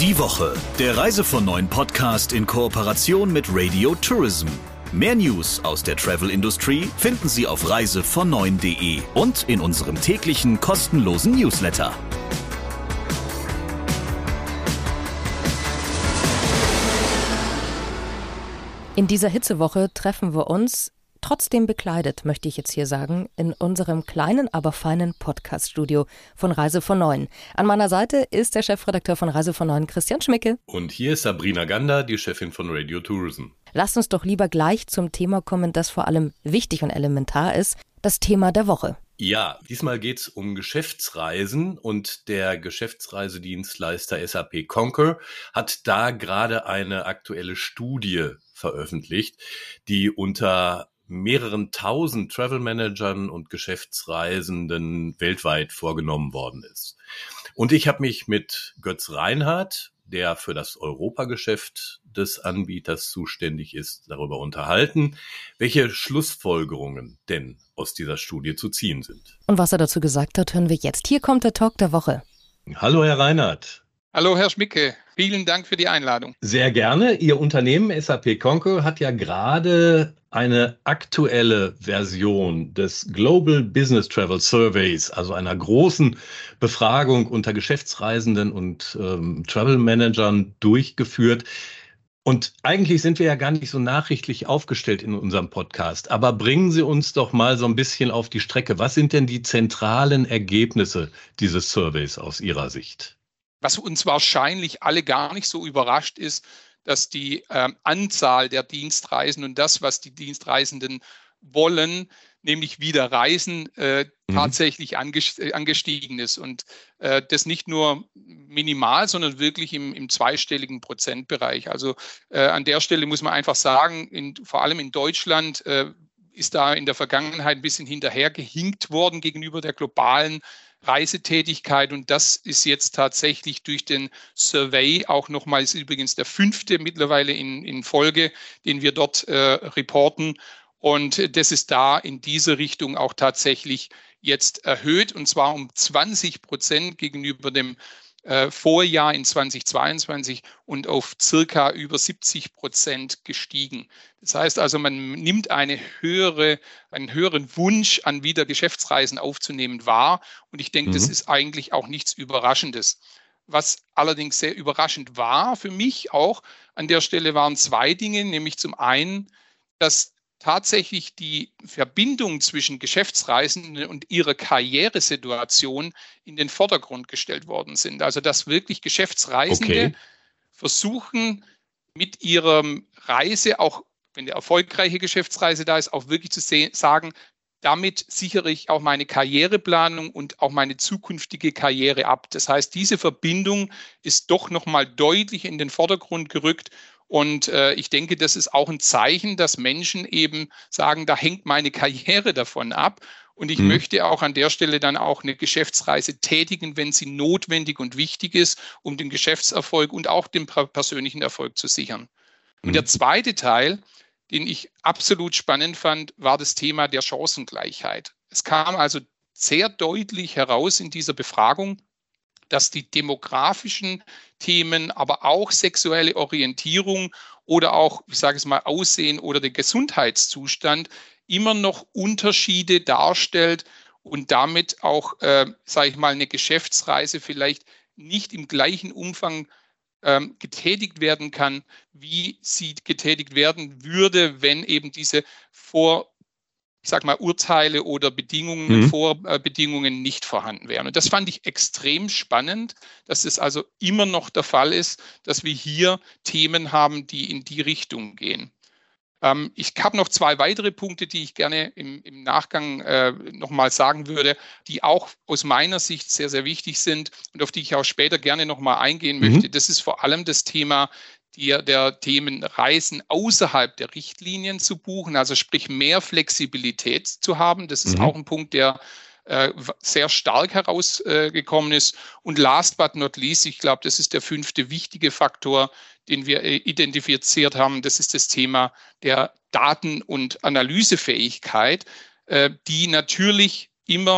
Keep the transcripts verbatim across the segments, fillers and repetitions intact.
Die Woche, der Reise von neun Podcast in Kooperation mit Radio Tourism. Mehr News aus der Travel-Industrie finden Sie auf reise von neun punkt de und in unserem täglichen kostenlosen Newsletter. In dieser Hitzewoche treffen wir uns, trotzdem bekleidet, möchte ich jetzt hier sagen, in unserem kleinen, aber feinen Podcast-Studio von Reise von neun. An meiner Seite ist der Chefredakteur von Reise von neun, Christian Schmicke. Und hier ist Sabrina Gander, die Chefin von Radio Tourism. Lasst uns doch lieber gleich zum Thema kommen, das vor allem wichtig und elementar ist, das Thema der Woche. Ja, diesmal geht es um Geschäftsreisen und der Geschäftsreisedienstleister S A P Concur hat da gerade eine aktuelle Studie veröffentlicht, die unter mehreren tausend Travel-Managern und Geschäftsreisenden weltweit vorgenommen worden ist. Und ich habe mich mit Götz Reinhardt, der für das Europageschäft des Anbieters zuständig ist, darüber unterhalten, welche Schlussfolgerungen denn aus dieser Studie zu ziehen sind. Und was er dazu gesagt hat, hören wir jetzt. Hier kommt der Talk der Woche. Hallo, Herr Reinhardt. Hallo, Herr Schmicke. Vielen Dank für die Einladung. Sehr gerne. Ihr Unternehmen S A P Concur hat ja gerade eine aktuelle Version des Global Business Travel Surveys, also einer großen Befragung unter Geschäftsreisenden und ähm, Travel Managern durchgeführt. Und eigentlich sind wir ja gar nicht so nachrichtlich aufgestellt in unserem Podcast. Aber bringen Sie uns doch mal so ein bisschen auf die Strecke. Was sind denn die zentralen Ergebnisse dieses Surveys aus Ihrer Sicht? Was uns wahrscheinlich alle gar nicht so überrascht ist, dass die ähm, Anzahl der Dienstreisen und das, was die Dienstreisenden wollen, nämlich wieder reisen, äh, mhm. tatsächlich angestiegen ist. Und äh, das nicht nur minimal, sondern wirklich im, im zweistelligen Prozentbereich. Also äh, an der Stelle muss man einfach sagen, in, vor allem in Deutschland äh, ist da in der Vergangenheit ein bisschen hinterhergehinkt worden gegenüber der globalen Reisetätigkeit, und das ist jetzt tatsächlich durch den Survey auch nochmals übrigens der fünfte mittlerweile in, in Folge, den wir dort äh, reporten, und das ist da in diese Richtung auch tatsächlich jetzt erhöht, und zwar um zwanzig Prozent gegenüber dem äh, Vorjahr in zweitausendzweiundzwanzig und auf circa über siebzig Prozent gestiegen. Das heißt also, man nimmt eine höhere, einen höheren Wunsch an wieder Geschäftsreisen aufzunehmen wahr, und ich denke, mhm. das ist eigentlich auch nichts Überraschendes. Was allerdings sehr überraschend war für mich auch an der Stelle waren zwei Dinge, nämlich zum einen, dass tatsächlich die Verbindung zwischen Geschäftsreisenden und ihrer Karrieresituation in den Vordergrund gestellt worden sind. Also dass wirklich Geschäftsreisende okay. versuchen, mit ihrer Reise, auch wenn eine erfolgreiche Geschäftsreise da ist, auch wirklich zu se- sagen, damit sichere ich auch meine Karriereplanung und auch meine zukünftige Karriere ab. Das heißt, diese Verbindung ist doch nochmal deutlich in den Vordergrund gerückt. Und äh, ich denke, das ist auch ein Zeichen, dass Menschen eben sagen, da hängt meine Karriere davon ab. Und ich mhm. möchte auch an der Stelle dann auch eine Geschäftsreise tätigen, wenn sie notwendig und wichtig ist, um den Geschäftserfolg und auch den persönlichen Erfolg zu sichern. Mhm. Und der zweite Teil, den ich absolut spannend fand, war das Thema der Chancengleichheit. Es kam also sehr deutlich heraus in dieser Befragung, dass die demografischen Themen, aber auch sexuelle Orientierung oder auch, ich sage es mal, Aussehen oder der Gesundheitszustand immer noch Unterschiede darstellt und damit auch, äh, sage ich mal, eine Geschäftsreise vielleicht nicht im gleichen Umfang ähm, getätigt werden kann, wie sie getätigt werden würde, wenn eben diese vor ich sage mal, Urteile oder Bedingungen, mhm. Vorbedingungen nicht vorhanden wären. Und das fand ich extrem spannend, dass es also immer noch der Fall ist, dass wir hier Themen haben, die in die Richtung gehen. Ähm, ich habe noch zwei weitere Punkte, die ich gerne im, im Nachgang äh, nochmal sagen würde, die auch aus meiner Sicht sehr, sehr wichtig sind und auf die ich auch später gerne nochmal eingehen mhm. möchte. Das ist vor allem das Thema Der, der Themen Reisen außerhalb der Richtlinien zu buchen, also sprich mehr Flexibilität zu haben. Das ist mhm. auch ein Punkt, der äh, sehr stark herausgekommen äh, ist. Und last but not least, ich glaube, das ist der fünfte wichtige Faktor, den wir äh, identifiziert haben. Das ist das Thema der Daten- und Analysefähigkeit, äh, die natürlich immer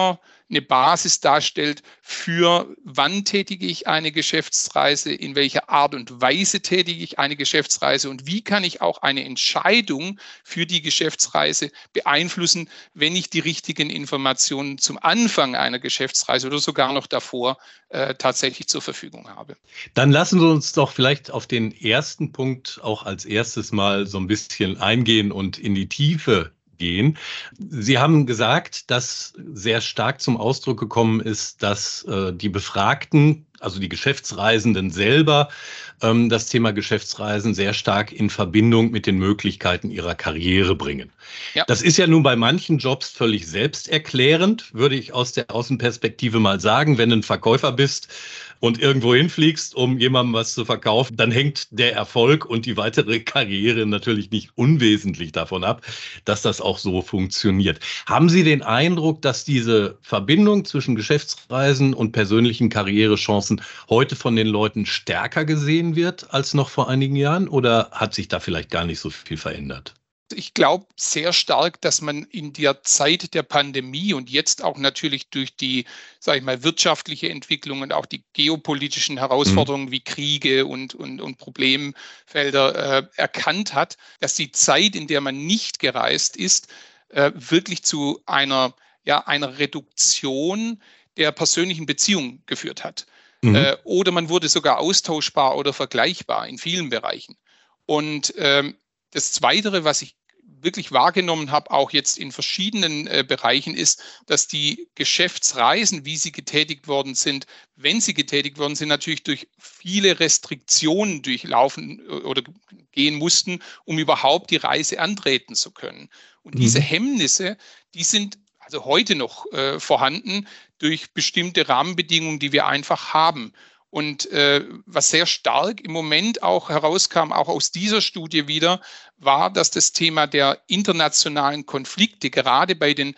eine Basis darstellt für wann tätige ich eine Geschäftsreise, in welcher Art und Weise tätige ich eine Geschäftsreise und wie kann ich auch eine Entscheidung für die Geschäftsreise beeinflussen, wenn ich die richtigen Informationen zum Anfang einer Geschäftsreise oder sogar noch davor äh, tatsächlich zur Verfügung habe. Dann lassen Sie uns doch vielleicht auf den ersten Punkt auch als erstes mal so ein bisschen eingehen und in die Tiefe gehen. Sie haben gesagt, dass sehr stark zum Ausdruck gekommen ist, dass äh, die Befragten, also die Geschäftsreisenden selber, ähm, das Thema Geschäftsreisen sehr stark in Verbindung mit den Möglichkeiten ihrer Karriere bringen. Ja. Das ist ja nun bei manchen Jobs völlig selbsterklärend, würde ich aus der Außenperspektive mal sagen. Wenn du ein Verkäufer bist und irgendwo hinfliegst, um jemandem was zu verkaufen, dann hängt der Erfolg und die weitere Karriere natürlich nicht unwesentlich davon ab, dass das auch so funktioniert. Haben Sie den Eindruck, dass diese Verbindung zwischen Geschäftsreisen und persönlichen Karrierechancen heute von den Leuten stärker gesehen wird als noch vor einigen Jahren? Oder hat sich da vielleicht gar nicht so viel verändert? Ich glaube sehr stark, dass man in der Zeit der Pandemie und jetzt auch natürlich durch die, sage ich mal, wirtschaftliche Entwicklung und auch die geopolitischen Herausforderungen mhm. wie Kriege und, und, und Problemfelder äh, erkannt hat, dass die Zeit, in der man nicht gereist ist, äh, wirklich zu einer, ja, einer Reduktion der persönlichen Beziehung geführt hat. Mhm. Äh, oder man wurde sogar austauschbar oder vergleichbar in vielen Bereichen. Und ähm, das Zweite, was ich wirklich wahrgenommen habe, auch jetzt in verschiedenen äh, Bereichen, ist, dass die Geschäftsreisen, wie sie getätigt worden sind, wenn sie getätigt worden sind, natürlich durch viele Restriktionen durchlaufen oder gehen mussten, um überhaupt die Reise antreten zu können. Und mhm. diese Hemmnisse, die sind also heute noch äh, vorhanden durch bestimmte Rahmenbedingungen, die wir einfach haben. Und äh, was sehr stark im Moment auch herauskam, auch aus dieser Studie wieder, war, dass das Thema der internationalen Konflikte gerade bei den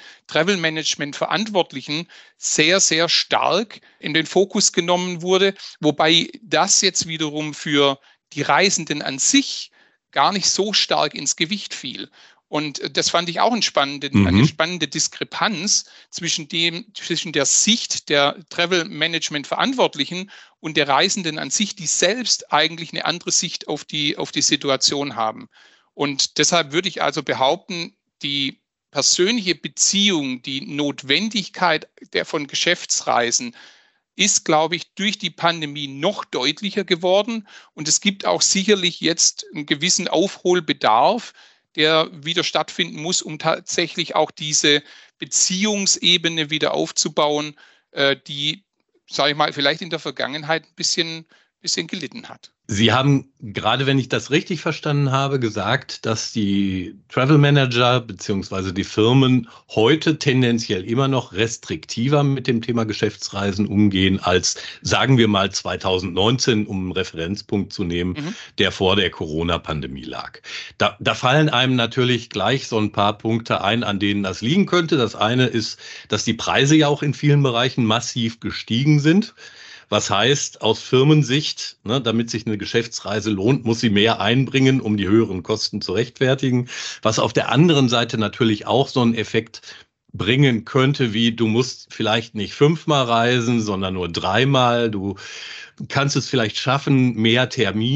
Travel-Management-Verantwortlichen sehr, sehr stark in den Fokus genommen wurde, wobei das jetzt wiederum für die Reisenden an sich gar nicht so stark ins Gewicht fiel. Und das fand ich auch eine spannende, mhm. eine spannende Diskrepanz zwischen dem, zwischen der Sicht der Travel-Management-Verantwortlichen und der Reisenden an sich, die selbst eigentlich eine andere Sicht auf die, auf die Situation haben. Und deshalb würde ich also behaupten, die persönliche Beziehung, die Notwendigkeit der von Geschäftsreisen ist, glaube ich, durch die Pandemie noch deutlicher geworden. Und es gibt auch sicherlich jetzt einen gewissen Aufholbedarf, der wieder stattfinden muss, um tatsächlich auch diese Beziehungsebene wieder aufzubauen, die, sage ich mal, vielleicht in der Vergangenheit ein bisschen, bisschen gelitten hat. Sie haben, gerade wenn ich das richtig verstanden habe, gesagt, dass die Travel Manager bzw. die Firmen heute tendenziell immer noch restriktiver mit dem Thema Geschäftsreisen umgehen als, sagen wir mal, zwanzig neunzehn, um einen Referenzpunkt zu nehmen, mhm. der vor der Corona-Pandemie lag. Da, da fallen einem natürlich gleich so ein paar Punkte ein, an denen das liegen könnte. Das eine ist, dass die Preise ja auch in vielen Bereichen massiv gestiegen sind. Was heißt, aus Firmensicht, ne, damit sich eine Geschäftsreise lohnt, muss sie mehr einbringen, um die höheren Kosten zu rechtfertigen. Was auf der anderen Seite natürlich auch so einen Effekt bringen könnte, wie du musst vielleicht nicht fünfmal reisen, sondern nur dreimal. Du kannst es vielleicht schaffen, mehr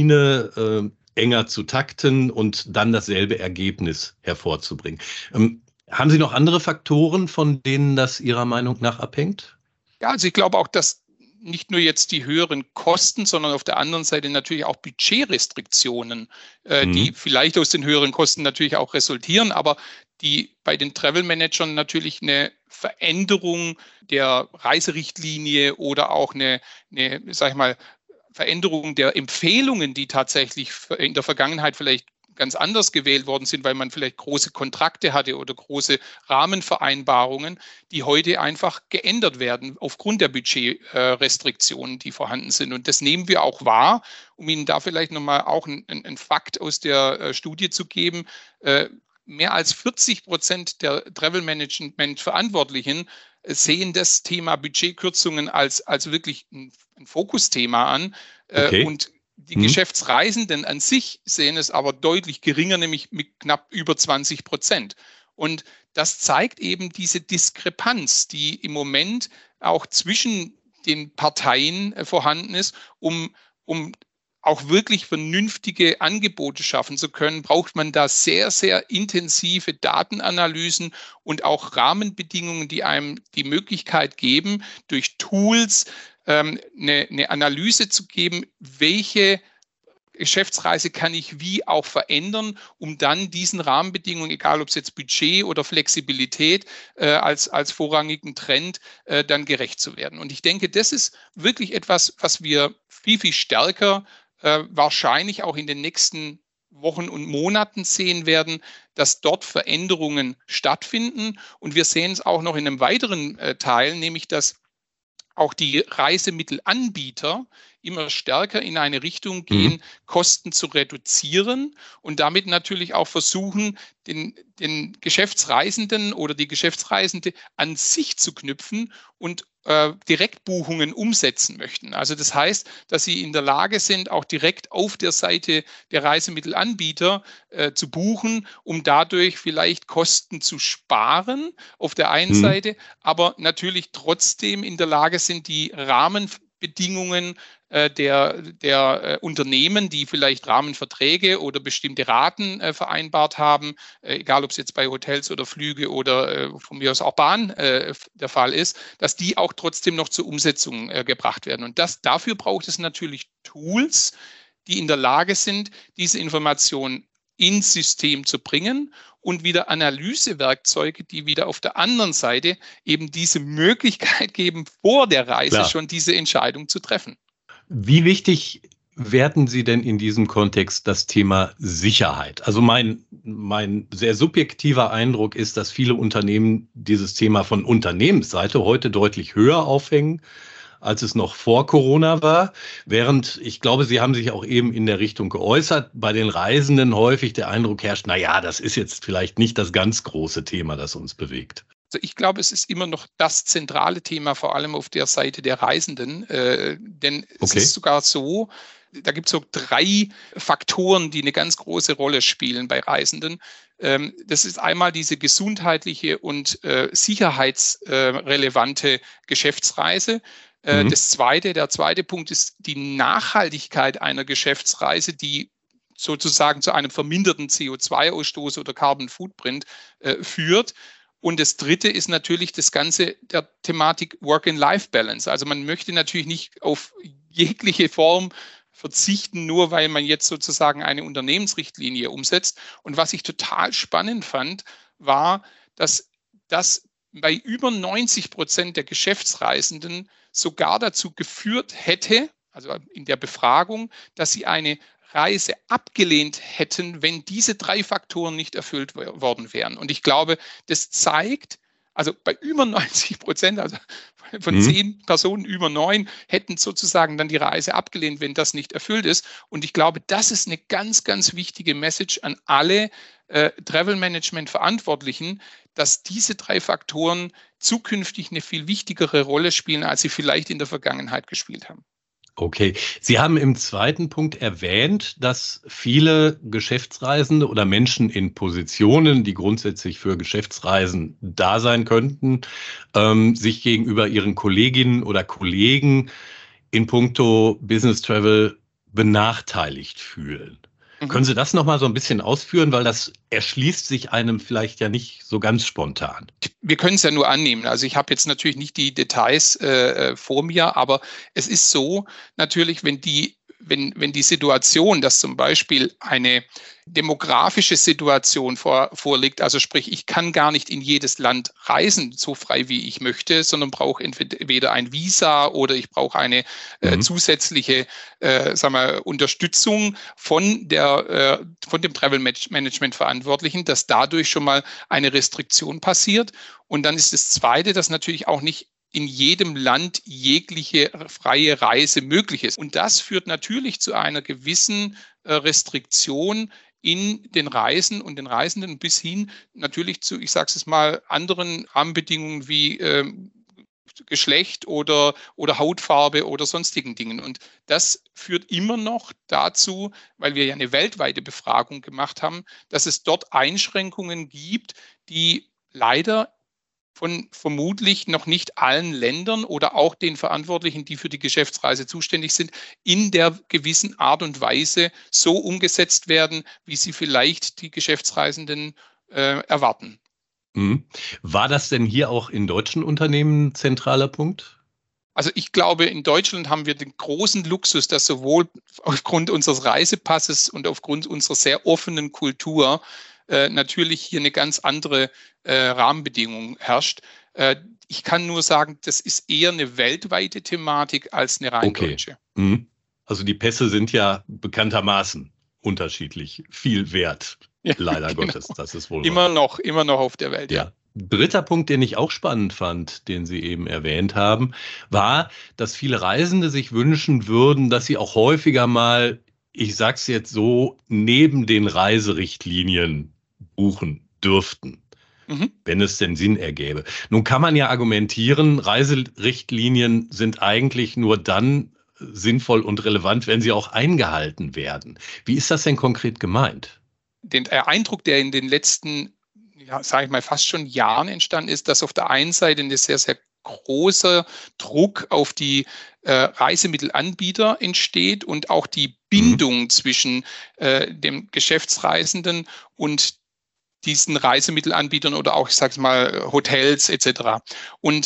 Termine äh, enger zu takten und dann dasselbe Ergebnis hervorzubringen. Ähm, haben Sie noch andere Faktoren, von denen das Ihrer Meinung nach abhängt? Ja, also ich glaube auch, dass nicht nur jetzt die höheren Kosten, sondern auf der anderen Seite natürlich auch Budgetrestriktionen, äh, mhm. die vielleicht aus den höheren Kosten natürlich auch resultieren, aber die bei den Travel-Managern natürlich eine Veränderung der Reiserichtlinie oder auch eine, eine, sag ich mal, Veränderung der Empfehlungen, die tatsächlich in der Vergangenheit vielleicht ganz anders gewählt worden sind, weil man vielleicht große Kontrakte hatte oder große Rahmenvereinbarungen, die heute einfach geändert werden aufgrund der Budgetrestriktionen, die vorhanden sind. Und das nehmen wir auch wahr, um Ihnen da vielleicht nochmal auch einen, einen Fakt aus der Studie zu geben. Mehr als vierzig Prozent der Travel-Management-Verantwortlichen sehen das Thema Budgetkürzungen als, als wirklich ein, ein Fokusthema an. Okay. Und die hm. Geschäftsreisenden an sich sehen es aber deutlich geringer, nämlich mit knapp über zwanzig Prozent. Und das zeigt eben diese Diskrepanz, die im Moment auch zwischen den Parteien äh, vorhanden ist, um, um auch wirklich vernünftige Angebote schaffen zu können, braucht man da sehr, sehr intensive Datenanalysen und auch Rahmenbedingungen, die einem die Möglichkeit geben, durch Tools ähm, eine, eine Analyse zu geben, welche Geschäftsreise kann ich wie auch verändern, um dann diesen Rahmenbedingungen, egal ob es jetzt Budget oder Flexibilität äh, als, als vorrangigen Trend, äh, dann gerecht zu werden. Und ich denke, das ist wirklich etwas, was wir viel, viel stärker äh, wahrscheinlich auch in den nächsten Wochen und Monaten sehen werden, dass dort Veränderungen stattfinden. Und wir sehen es auch noch in einem weiteren äh, Teil, nämlich dass auch die Reisemittelanbieter immer stärker in eine Richtung gehen, mhm. Kosten zu reduzieren und damit natürlich auch versuchen, den, den Geschäftsreisenden oder die Geschäftsreisende an sich zu knüpfen und äh, Direktbuchungen umsetzen möchten. Also das heißt, dass sie in der Lage sind, auch direkt auf der Seite der Reisemittelanbieter äh, zu buchen, um dadurch vielleicht Kosten zu sparen auf der einen mhm. Seite, aber natürlich trotzdem in der Lage sind, die Rahmenbedingungen der, der äh, Unternehmen, die vielleicht Rahmenverträge oder bestimmte Raten äh, vereinbart haben, äh, egal ob es jetzt bei Hotels oder Flüge oder äh, von mir aus auch Bahn äh, der Fall ist, dass die auch trotzdem noch zur Umsetzung äh, gebracht werden. Und das, dafür braucht es natürlich Tools, die in der Lage sind, diese Informationen ins System zu bringen und wieder Analysewerkzeuge, die wieder auf der anderen Seite eben diese Möglichkeit geben, vor der Reise Klar. schon diese Entscheidung zu treffen. Wie wichtig werten Sie denn in diesem Kontext das Thema Sicherheit? Also mein, mein sehr subjektiver Eindruck ist, dass viele Unternehmen dieses Thema von Unternehmensseite heute deutlich höher aufhängen, als es noch vor Corona war. Während, ich glaube, Sie haben sich auch eben in der Richtung geäußert, bei den Reisenden häufig der Eindruck herrscht, na ja, das ist jetzt vielleicht nicht das ganz große Thema, das uns bewegt. Also ich glaube, es ist immer noch das zentrale Thema, vor allem auf der Seite der Reisenden. Äh, denn es okay. ist sogar so, da gibt es so drei Faktoren, die eine ganz große Rolle spielen bei Reisenden. Ähm, das ist einmal diese gesundheitliche und äh, sicherheitsrelevante Geschäftsreise. Äh, mhm. Das zweite, der zweite Punkt ist die Nachhaltigkeit einer Geschäftsreise, die sozusagen zu einem verminderten C O zwei Ausstoß oder Carbon Footprint äh, führt. Und das Dritte ist natürlich das Ganze der Thematik Work-and-Life-Balance. Also man möchte natürlich nicht auf jegliche Form verzichten, nur weil man jetzt sozusagen eine Unternehmensrichtlinie umsetzt. Und was ich total spannend fand, war, dass das bei über neunzig Prozent der Geschäftsreisenden sogar dazu geführt hätte, also in der Befragung, dass sie eine Reise abgelehnt hätten, wenn diese drei Faktoren nicht erfüllt worden wären. Und ich glaube, das zeigt, also bei über neunzig Prozent, also von mhm. zehn Personen über neun, hätten sozusagen dann die Reise abgelehnt, wenn das nicht erfüllt ist. Und ich glaube, das ist eine ganz, ganz wichtige Message an alle äh, Travel-Management-Verantwortlichen, dass diese drei Faktoren zukünftig eine viel wichtigere Rolle spielen, als sie vielleicht in der Vergangenheit gespielt haben. Okay, Sie haben im zweiten Punkt erwähnt, dass viele Geschäftsreisende oder Menschen in Positionen, die grundsätzlich für Geschäftsreisen da sein könnten, ähm, sich gegenüber ihren Kolleginnen oder Kollegen in puncto Business Travel benachteiligt fühlen. Mhm. Können Sie das nochmal so ein bisschen ausführen, weil das erschließt sich einem vielleicht ja nicht so ganz spontan. Wir können es ja nur annehmen. Also ich habe jetzt natürlich nicht die Details äh, vor mir, aber es ist so natürlich, wenn die Wenn, wenn die Situation, dass zum Beispiel eine demografische Situation vor, vorliegt, also sprich, ich kann gar nicht in jedes Land reisen, so frei wie ich möchte, sondern brauche entweder ein Visa oder ich brauche eine äh, mhm. zusätzliche äh, sagen wir, Unterstützung von, der, äh, von dem Travel Management Verantwortlichen, dass dadurch schon mal eine Restriktion passiert. Und dann ist das Zweite, dass natürlich auch nicht in jedem Land jegliche freie Reise möglich ist. Und das führt natürlich zu einer gewissen äh, Restriktion in den Reisen und den Reisenden bis hin natürlich zu, ich sage es mal, anderen Rahmenbedingungen wie ähm, Geschlecht oder, oder Hautfarbe oder sonstigen Dingen. Und das führt immer noch dazu, weil wir ja eine weltweite Befragung gemacht haben, dass es dort Einschränkungen gibt, die leider von vermutlich noch nicht allen Ländern oder auch den Verantwortlichen, die für die Geschäftsreise zuständig sind, in der gewissen Art und Weise so umgesetzt werden, wie sie vielleicht die Geschäftsreisenden äh, erwarten. Mhm. War das denn hier auch in deutschen Unternehmen ein zentraler Punkt? Also ich glaube, in Deutschland haben wir den großen Luxus, dass sowohl aufgrund unseres Reisepasses und aufgrund unserer sehr offenen Kultur äh, natürlich hier eine ganz andere äh, Rahmenbedingung herrscht. Äh, ich kann nur sagen, das ist eher eine weltweite Thematik als eine rein Okay. deutsche. Mhm. Also die Pässe sind ja bekanntermaßen unterschiedlich viel wert. Ja, Leider genau. Gottes, das ist wohl Immer wahr. noch, immer noch auf der Welt, ja. Ja. Dritter Punkt, den ich auch spannend fand, den Sie eben erwähnt haben, war, dass viele Reisende sich wünschen würden, dass sie auch häufiger mal, ich sag's jetzt so, neben den Reiserichtlinien buchen dürften, Mhm. wenn es denn Sinn ergäbe. Nun kann man ja argumentieren, Reiserichtlinien sind eigentlich nur dann sinnvoll und relevant, wenn sie auch eingehalten werden. Wie ist das denn konkret gemeint? Den Eindruck, der in den letzten, ja, sage ich mal, fast schon Jahren entstanden ist, dass auf der einen Seite ein sehr, sehr großer Druck auf die äh, Reisemittelanbieter entsteht und auch die Bindung mhm. zwischen äh, dem Geschäftsreisenden und diesen Reisemittelanbietern oder auch, ich sage es mal, Hotels et cetera. Und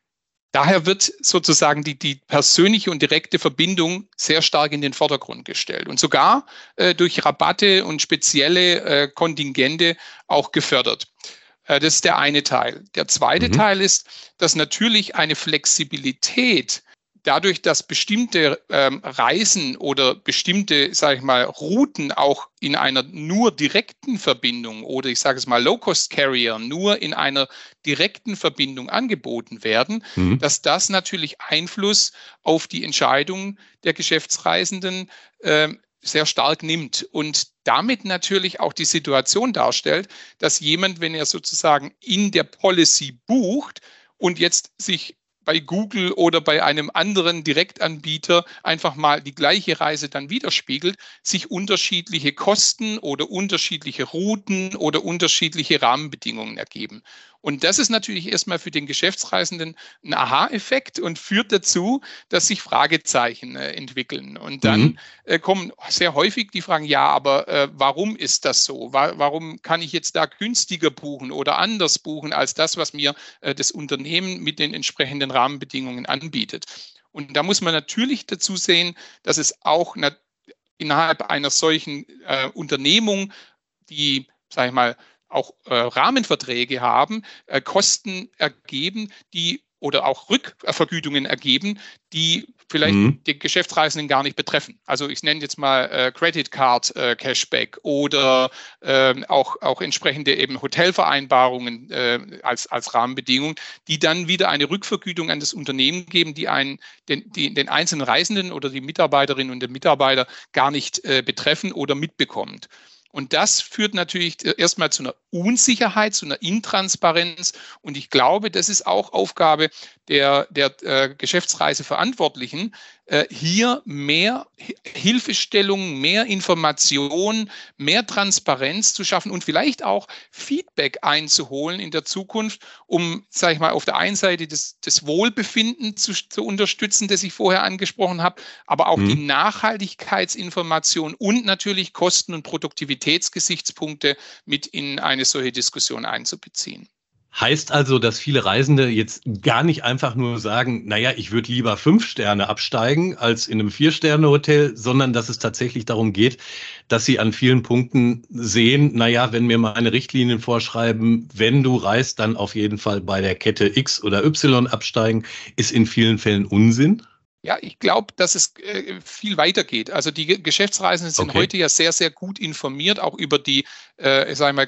daher wird sozusagen die, die persönliche und direkte Verbindung sehr stark in den Vordergrund gestellt und sogar äh, durch Rabatte und spezielle äh, Kontingente auch gefördert. Äh, das ist der eine Teil. Der zweite mhm. Teil ist, dass natürlich eine Flexibilität dadurch, dass bestimmte ähm, Reisen oder bestimmte, sage ich mal, Routen auch in einer nur direkten Verbindung oder ich sage es mal Low-Cost-Carrier nur in einer direkten Verbindung angeboten werden, mhm. dass das natürlich Einfluss auf die Entscheidung der Geschäftsreisenden äh, sehr stark nimmt und damit natürlich auch die Situation darstellt, dass jemand, wenn er sozusagen in der Policy bucht und jetzt sich bei Google oder bei einem anderen Direktanbieter einfach mal die gleiche Reise dann widerspiegelt, sich unterschiedliche Kosten oder unterschiedliche Routen oder unterschiedliche Rahmenbedingungen ergeben. Und das ist natürlich erstmal für den Geschäftsreisenden ein Aha-Effekt und führt dazu, dass sich Fragezeichen äh, entwickeln. Und dann mhm. äh, kommen sehr häufig die Fragen, ja, aber äh, warum ist das so? Wa- warum kann ich jetzt da günstiger buchen oder anders buchen als das, was mir äh, das Unternehmen mit den entsprechenden Rahmenbedingungen anbietet? Und da muss man natürlich dazu sehen, dass es auch na- innerhalb einer solchen äh, Unternehmung, die, sage ich mal, auch äh, Rahmenverträge haben, äh, Kosten ergeben, die oder auch Rückvergütungen ergeben, die vielleicht mhm. die Geschäftsreisenden gar nicht betreffen. Also ich nenne jetzt mal äh, Credit Card äh, Cashback oder äh, auch, auch entsprechende eben Hotelvereinbarungen äh, als, als Rahmenbedingung, die dann wieder eine Rückvergütung an das Unternehmen geben, die einen, den, die, den einzelnen Reisenden oder die Mitarbeiterinnen und den Mitarbeiter gar nicht äh, betreffen oder mitbekommt. Und das führt natürlich erstmal zu einer Unsicherheit, zu einer Intransparenz. Und ich glaube, das ist auch Aufgabe der, der äh, Geschäftsreiseverantwortlichen, äh, hier mehr Hilfestellung, mehr Information, mehr Transparenz zu schaffen und vielleicht auch Feedback einzuholen in der Zukunft, um, sage ich mal, auf der einen Seite das, das Wohlbefinden zu, zu unterstützen, das ich vorher angesprochen habe, aber auch mhm. die Nachhaltigkeitsinformation und natürlich Kosten- und Produktivitätsgesichtspunkte mit in eine solche Diskussion einzubeziehen. Heißt also, dass viele Reisende jetzt gar nicht einfach nur sagen, naja, ich würde lieber fünf Sterne absteigen als in einem Vier-Sterne-Hotel, sondern dass es tatsächlich darum geht, dass sie an vielen Punkten sehen, naja, wenn mir meine Richtlinien vorschreiben, wenn du reist, dann auf jeden Fall bei der Kette X oder Y absteigen, ist in vielen Fällen Unsinn? Ja, ich glaube, dass es äh, viel weiter geht. Also die Geschäftsreisenden sind okay. heute ja sehr, sehr gut informiert, auch über die, äh, ich sage mal,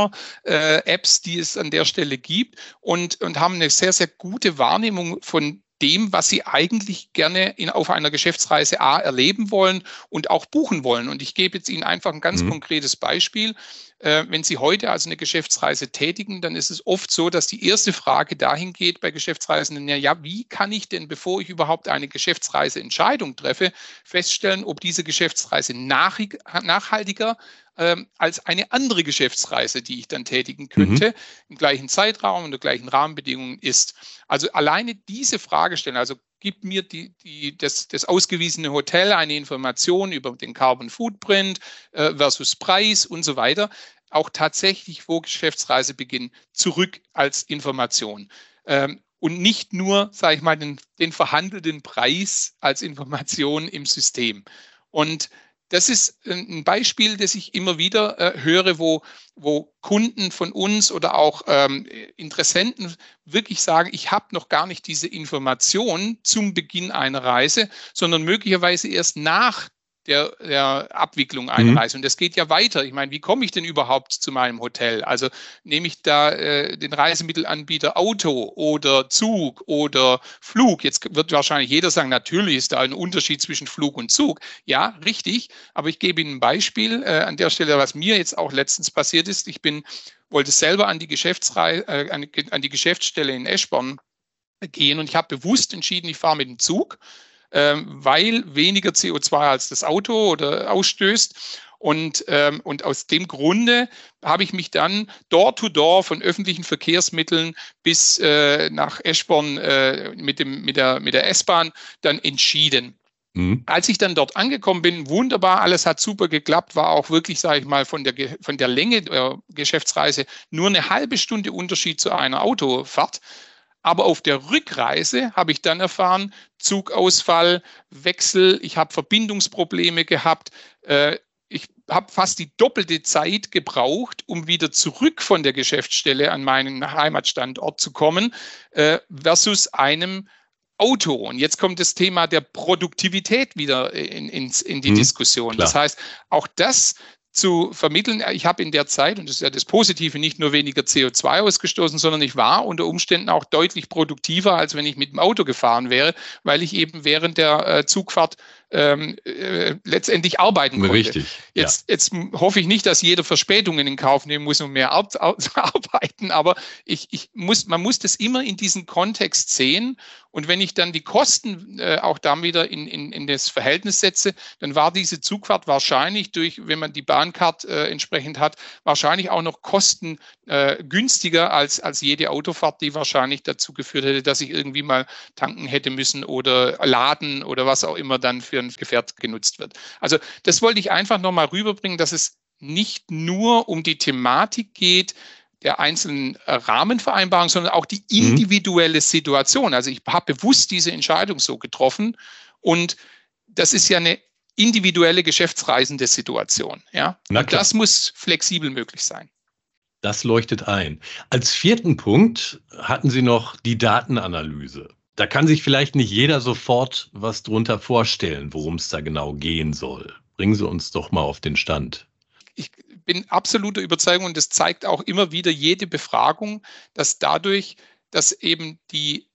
Consumer-Apps, äh, die es an der Stelle gibt und, und haben eine sehr, sehr gute Wahrnehmung von dem, was Sie eigentlich gerne in, auf einer Geschäftsreise A erleben wollen und auch buchen wollen. Und ich gebe jetzt Ihnen einfach ein ganz mhm. konkretes Beispiel. Äh, wenn Sie heute also eine Geschäftsreise tätigen, dann ist es oft so, dass die erste Frage dahin geht bei Geschäftsreisenden, ja, ja, wie kann ich denn, bevor ich überhaupt eine Geschäftsreiseentscheidung treffe, feststellen, ob diese Geschäftsreise nach, nachhaltiger ähm, als eine andere Geschäftsreise, die ich dann tätigen könnte, mhm. im gleichen Zeitraum, unter gleichen Rahmenbedingungen ist. Also alleine diese Frage stellen, also gibt mir die, die, das, das ausgewiesene Hotel eine Information über den Carbon Footprint äh, versus Preis und so weiter, auch tatsächlich vor Geschäftsreisebeginn zurück als Information. Ähm, und nicht nur, sage ich mal, den, den verhandelten Preis als Information im System. Und das ist ein Beispiel, das ich immer wieder äh, höre, wo, wo Kunden von uns oder auch ähm, Interessenten wirklich sagen, ich habe noch gar nicht diese Information zum Beginn einer Reise, sondern möglicherweise erst nach der, der Abwicklung einer mhm. Reise. Und das geht ja weiter. Ich meine, wie komme ich denn überhaupt zu meinem Hotel? Also nehme ich da äh, den Reisemittelanbieter Auto oder Zug oder Flug? Jetzt wird wahrscheinlich jeder sagen, natürlich ist da ein Unterschied zwischen Flug und Zug. Ja, richtig. Aber ich gebe Ihnen ein Beispiel äh, an der Stelle, was mir jetzt auch letztens passiert ist. Ich bin, wollte selber an die, Geschäftsreise, äh, an, an die Geschäftsstelle in Eschborn gehen und ich habe bewusst entschieden, ich fahre mit dem Zug, weil weniger C O zwei als das Auto oder ausstößt. Und, ähm, und aus dem Grunde habe ich mich dann door-to-door von öffentlichen Verkehrsmitteln bis äh, nach Eschborn äh, mit, dem, mit der, mit der S-Bahn dann entschieden. Mhm. Als ich dann dort angekommen bin, wunderbar, alles hat super geklappt, war auch wirklich, sage ich mal, von der, von der Länge der Geschäftsreise nur eine halbe Stunde Unterschied zu einer Autofahrt. Aber auf der Rückreise habe ich dann erfahren, Zugausfall, Wechsel, ich habe Verbindungsprobleme gehabt. Äh, ich habe fast die doppelte Zeit gebraucht, um wieder zurück von der Geschäftsstelle an meinen Heimatstandort zu kommen, äh, versus einem Auto. Und jetzt kommt das Thema der Produktivität wieder in, in, in die hm, Diskussion. Klar. Das heißt, auch das zu vermitteln. Ich habe in der Zeit, und das ist ja das Positive, nicht nur weniger C O zwei ausgestoßen, sondern ich war unter Umständen auch deutlich produktiver, als wenn ich mit dem Auto gefahren wäre, weil ich eben während der äh, Zugfahrt ähm, äh, letztendlich arbeiten konnte. Richtig. Jetzt, ja. jetzt hoffe ich nicht, dass jeder Verspätungen in Kauf nehmen muss, um mehr ar- ar- zu arbeiten, aber ich, ich muss, man muss das immer in diesen Kontext sehen. Und wenn ich dann die Kosten äh, auch dann wieder in, in, in das Verhältnis setze, dann war diese Zugfahrt wahrscheinlich durch, wenn man die Bahncard äh, entsprechend hat, wahrscheinlich auch noch kostengünstiger äh, als, als jede Autofahrt, die wahrscheinlich dazu geführt hätte, dass ich irgendwie mal tanken hätte müssen oder laden oder was auch immer dann für ein Gefährt genutzt wird. Also das wollte ich einfach nochmal rüberbringen, dass es nicht nur um die Thematik geht, der einzelnen Rahmenvereinbarung, sondern auch die individuelle Situation. Also ich habe bewusst diese Entscheidung so getroffen und das ist ja eine individuelle geschäftsreisende Situation. Ja? Und das muss flexibel möglich sein. Das leuchtet ein. Als vierten Punkt hatten Sie noch die Datenanalyse. Da kann sich vielleicht nicht jeder sofort was drunter vorstellen, worum es da genau gehen soll. Bringen Sie uns doch mal auf den Stand. Ich bin absoluter Überzeugung und das zeigt auch immer wieder jede Befragung, dass dadurch, dass eben die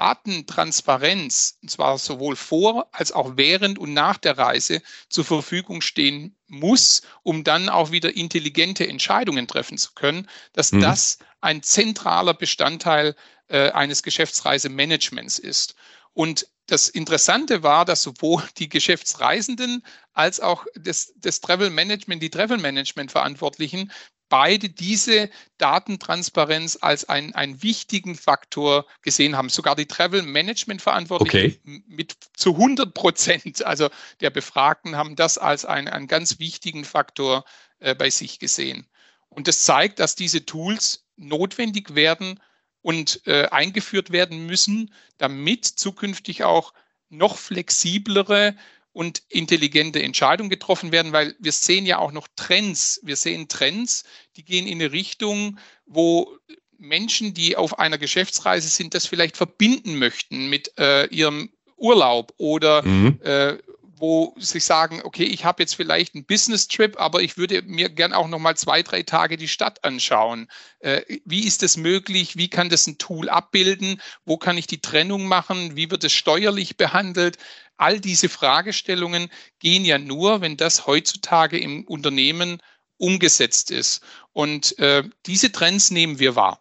Datentransparenz, und zwar sowohl vor als auch während und nach der Reise zur Verfügung stehen muss, um dann auch wieder intelligente Entscheidungen treffen zu können, dass mhm. das ein zentraler Bestandteil äh, eines Geschäftsreisemanagements ist. Und das Interessante war, dass sowohl die Geschäftsreisenden als auch das, das Travel Management, die Travel Management Verantwortlichen, beide diese Datentransparenz als einen, einen wichtigen Faktor gesehen haben. Sogar die Travel Management Verantwortlichen okay. mit zu hundert Prozent, also der Befragten, haben das als einen, einen ganz wichtigen Faktor äh, bei sich gesehen. Und das zeigt, dass diese Tools notwendig werden und äh, eingeführt werden müssen, damit zukünftig auch noch flexiblere und intelligente Entscheidungen getroffen werden, weil wir sehen ja auch noch Trends. Wir sehen Trends, die gehen in eine Richtung, wo Menschen, die auf einer Geschäftsreise sind, das vielleicht verbinden möchten mit äh, ihrem Urlaub oder mhm. äh, wo sie sagen, okay, ich habe jetzt vielleicht einen Business-Trip, aber ich würde mir gern auch noch mal zwei, drei Tage die Stadt anschauen. Äh, wie ist das möglich? Wie kann das ein Tool abbilden? Wo kann ich die Trennung machen? Wie wird es steuerlich behandelt? All diese Fragestellungen gehen ja nur, wenn das heutzutage im Unternehmen umgesetzt ist. Und äh, diese Trends nehmen wir wahr.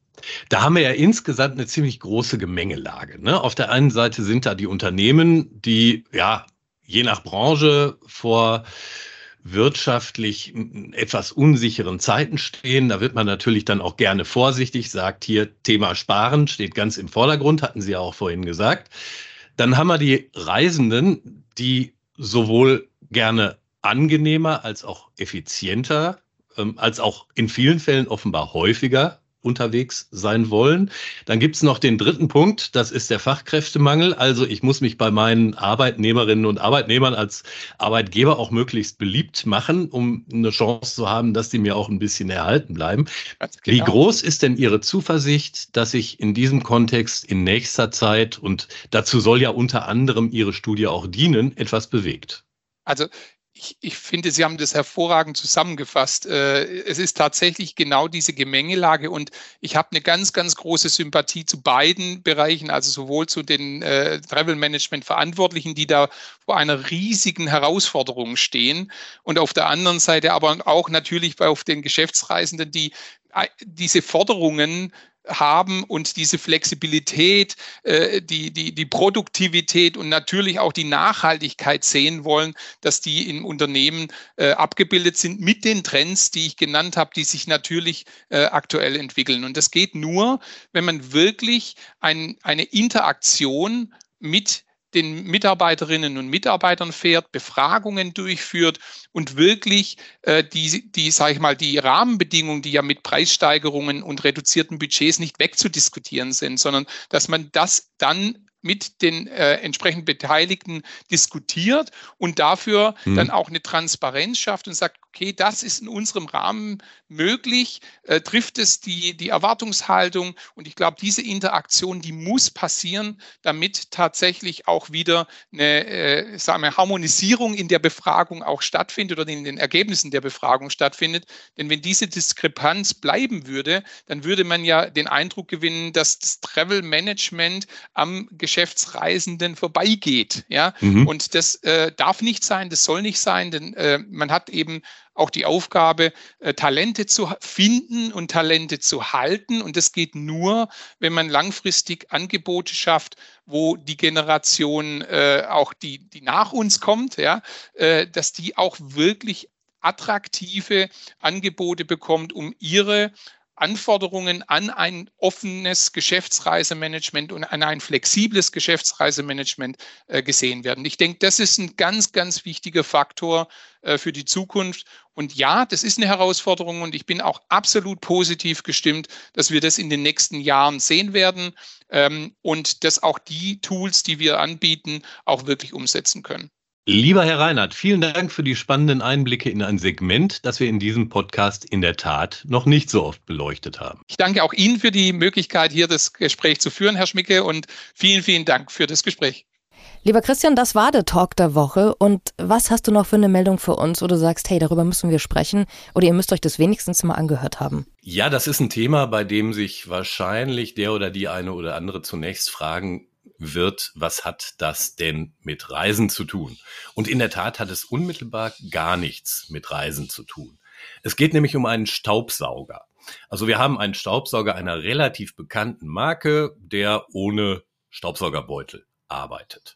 Da haben wir ja insgesamt eine ziemlich große Gemengelage, ne? Auf der einen Seite sind da die Unternehmen, die ja je nach Branche vor wirtschaftlich etwas unsicheren Zeiten stehen. Da wird man natürlich dann auch gerne vorsichtig, sagt hier, Thema Sparen steht ganz im Vordergrund, hatten Sie ja auch vorhin gesagt. Dann haben wir die Reisenden, die sowohl gerne angenehmer als auch effizienter, ähm, als auch in vielen Fällen offenbar häufiger unterwegs sein wollen. Dann gibt es noch den dritten Punkt, das ist der Fachkräftemangel. Also ich muss mich bei meinen Arbeitnehmerinnen und Arbeitnehmern als Arbeitgeber auch möglichst beliebt machen, um eine Chance zu haben, dass die mir auch ein bisschen erhalten bleiben. Genau. Wie groß ist denn Ihre Zuversicht, dass sich in diesem Kontext in nächster Zeit, und dazu soll ja unter anderem Ihre Studie auch dienen, etwas bewegt? Also Ich, ich finde, Sie haben das hervorragend zusammengefasst. Es ist tatsächlich genau diese Gemengelage und ich habe eine ganz, ganz große Sympathie zu beiden Bereichen, also sowohl zu den äh, Travel-Management-Verantwortlichen, die da vor einer riesigen Herausforderung stehen und auf der anderen Seite aber auch natürlich auf den Geschäftsreisenden, die äh, diese Forderungen haben und diese Flexibilität, äh, die, die, die Produktivität und natürlich auch die Nachhaltigkeit sehen wollen, dass die im Unternehmen äh, abgebildet sind mit den Trends, die ich genannt habe, die sich natürlich äh, aktuell entwickeln. Und das geht nur, wenn man wirklich ein, eine Interaktion mit den Mitarbeiterinnen und Mitarbeitern fährt, Befragungen durchführt und wirklich äh, die, die, sage ich mal, die Rahmenbedingungen, die ja mit Preissteigerungen und reduzierten Budgets nicht wegzudiskutieren sind, sondern dass man das dann mit den äh, entsprechend Beteiligten diskutiert und dafür mhm. dann auch eine Transparenz schafft und sagt, okay, das ist in unserem Rahmen möglich, äh, trifft es die, die Erwartungshaltung und ich glaube, diese Interaktion, die muss passieren, damit tatsächlich auch wieder eine äh, sagen wir, Harmonisierung in der Befragung auch stattfindet oder in den Ergebnissen der Befragung stattfindet. Denn wenn diese Diskrepanz bleiben würde, dann würde man ja den Eindruck gewinnen, dass das Travel Management am Geschäftsreisenden vorbeigeht. Ja? Mhm. Und das äh, darf nicht sein, das soll nicht sein, denn äh, man hat eben auch die Aufgabe, äh, Talente zu finden und Talente zu halten. Und das geht nur, wenn man langfristig Angebote schafft, wo die Generation äh, auch die, die nach uns kommt, ja, äh, dass die auch wirklich attraktive Angebote bekommt, um ihre Anforderungen an ein offenes Geschäftsreisemanagement und an ein flexibles Geschäftsreisemanagement äh, gesehen werden. Ich denke, das ist ein ganz, ganz wichtiger Faktor äh, für die Zukunft. Und ja, das ist eine Herausforderung und ich bin auch absolut positiv gestimmt, dass wir das in den nächsten Jahren sehen werden ähm, und dass auch die Tools, die wir anbieten, auch wirklich umsetzen können. Lieber Herr Reinhardt, vielen Dank für die spannenden Einblicke in ein Segment, das wir in diesem Podcast in der Tat noch nicht so oft beleuchtet haben. Ich danke auch Ihnen für die Möglichkeit, hier das Gespräch zu führen, Herr Schmicke, und vielen, vielen Dank für das Gespräch. Lieber Christian, das war der Talk der Woche. Und was hast du noch für eine Meldung für uns, wo du sagst, hey, darüber müssen wir sprechen oder ihr müsst euch das wenigstens mal angehört haben? Ja, das ist ein Thema, bei dem sich wahrscheinlich der oder die eine oder andere zunächst fragen wird, was hat das denn mit Reisen zu tun? Und in der Tat hat es unmittelbar gar nichts mit Reisen zu tun. Es geht nämlich um einen Staubsauger. Also wir haben einen Staubsauger einer relativ bekannten Marke, der ohne Staubsaugerbeutel arbeitet.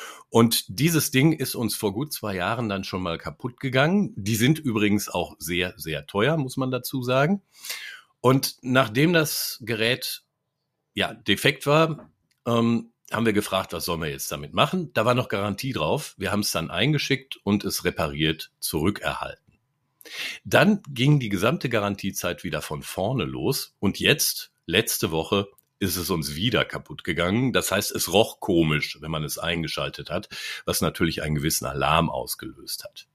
Und dieses Ding ist uns vor gut zwei Jahren dann schon mal kaputt gegangen. Die sind übrigens auch sehr, sehr teuer, muss man dazu sagen. Und nachdem das Gerät ja defekt war, ähm, haben wir gefragt, was sollen wir jetzt damit machen? Da war noch Garantie drauf. Wir haben es dann eingeschickt und es repariert zurückerhalten. Dann ging die gesamte Garantiezeit wieder von vorne los und jetzt, letzte Woche, ist es uns wieder kaputt gegangen. Das heißt, es roch komisch, wenn man es eingeschaltet hat, was natürlich einen gewissen Alarm ausgelöst hat.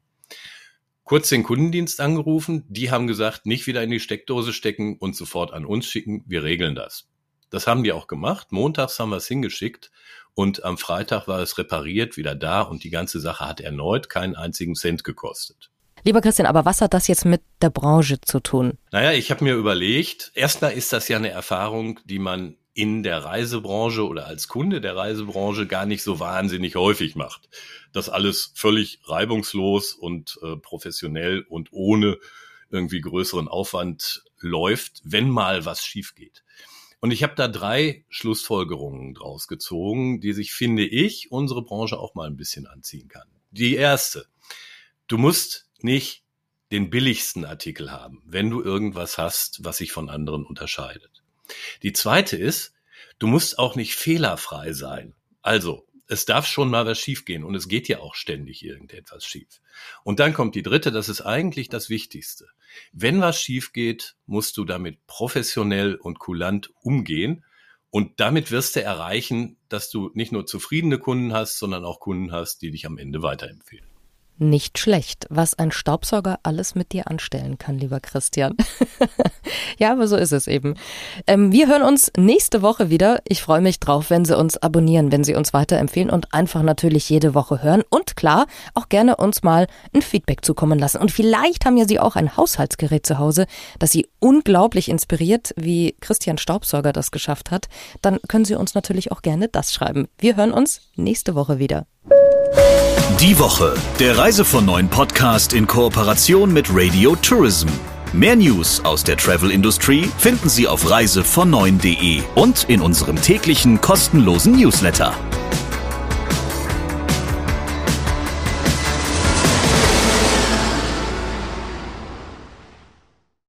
Kurz den Kundendienst angerufen, die haben gesagt, nicht wieder in die Steckdose stecken und sofort an uns schicken, wir regeln das. Das haben die auch gemacht. Montags haben wir es hingeschickt und am Freitag war es repariert, wieder da und die ganze Sache hat erneut keinen einzigen Cent gekostet. Lieber Christian, aber was hat das jetzt mit der Branche zu tun? Naja, ich habe mir überlegt, erstmal ist das ja eine Erfahrung, die man in der Reisebranche oder als Kunde der Reisebranche gar nicht so wahnsinnig häufig macht. Das alles völlig reibungslos und äh, professionell und ohne irgendwie größeren Aufwand läuft, wenn mal was schief geht. Und ich habe da drei Schlussfolgerungen draus gezogen, die sich, finde ich, unsere Branche auch mal ein bisschen anziehen kann. Die erste: Du musst nicht den billigsten Artikel haben, wenn du irgendwas hast, was sich von anderen unterscheidet. Die zweite ist, du musst auch nicht fehlerfrei sein. Also, es darf schon mal was schiefgehen und es geht ja auch ständig irgendetwas schief. Und dann kommt die dritte, das ist eigentlich das Wichtigste. Wenn was schief geht, musst du damit professionell und kulant umgehen und damit wirst du erreichen, dass du nicht nur zufriedene Kunden hast, sondern auch Kunden hast, die dich am Ende weiterempfehlen. Nicht schlecht, was ein Staubsauger alles mit dir anstellen kann, lieber Christian. Ja, aber so ist es eben. Ähm, wir hören uns nächste Woche wieder. Ich freue mich drauf, wenn Sie uns abonnieren, wenn Sie uns weiterempfehlen und einfach natürlich jede Woche hören. Und klar, auch gerne uns mal ein Feedback zukommen lassen. Und vielleicht haben ja Sie auch ein Haushaltsgerät zu Hause, das Sie unglaublich inspiriert, wie Christian Staubsauger das geschafft hat. Dann können Sie uns natürlich auch gerne das schreiben. Wir hören uns nächste Woche wieder. Die Woche, der Reise von neun Podcast in Kooperation mit Radio Tourism. Mehr News aus der Travel Industry finden Sie auf reise von neun punkt de und in unserem täglichen kostenlosen Newsletter.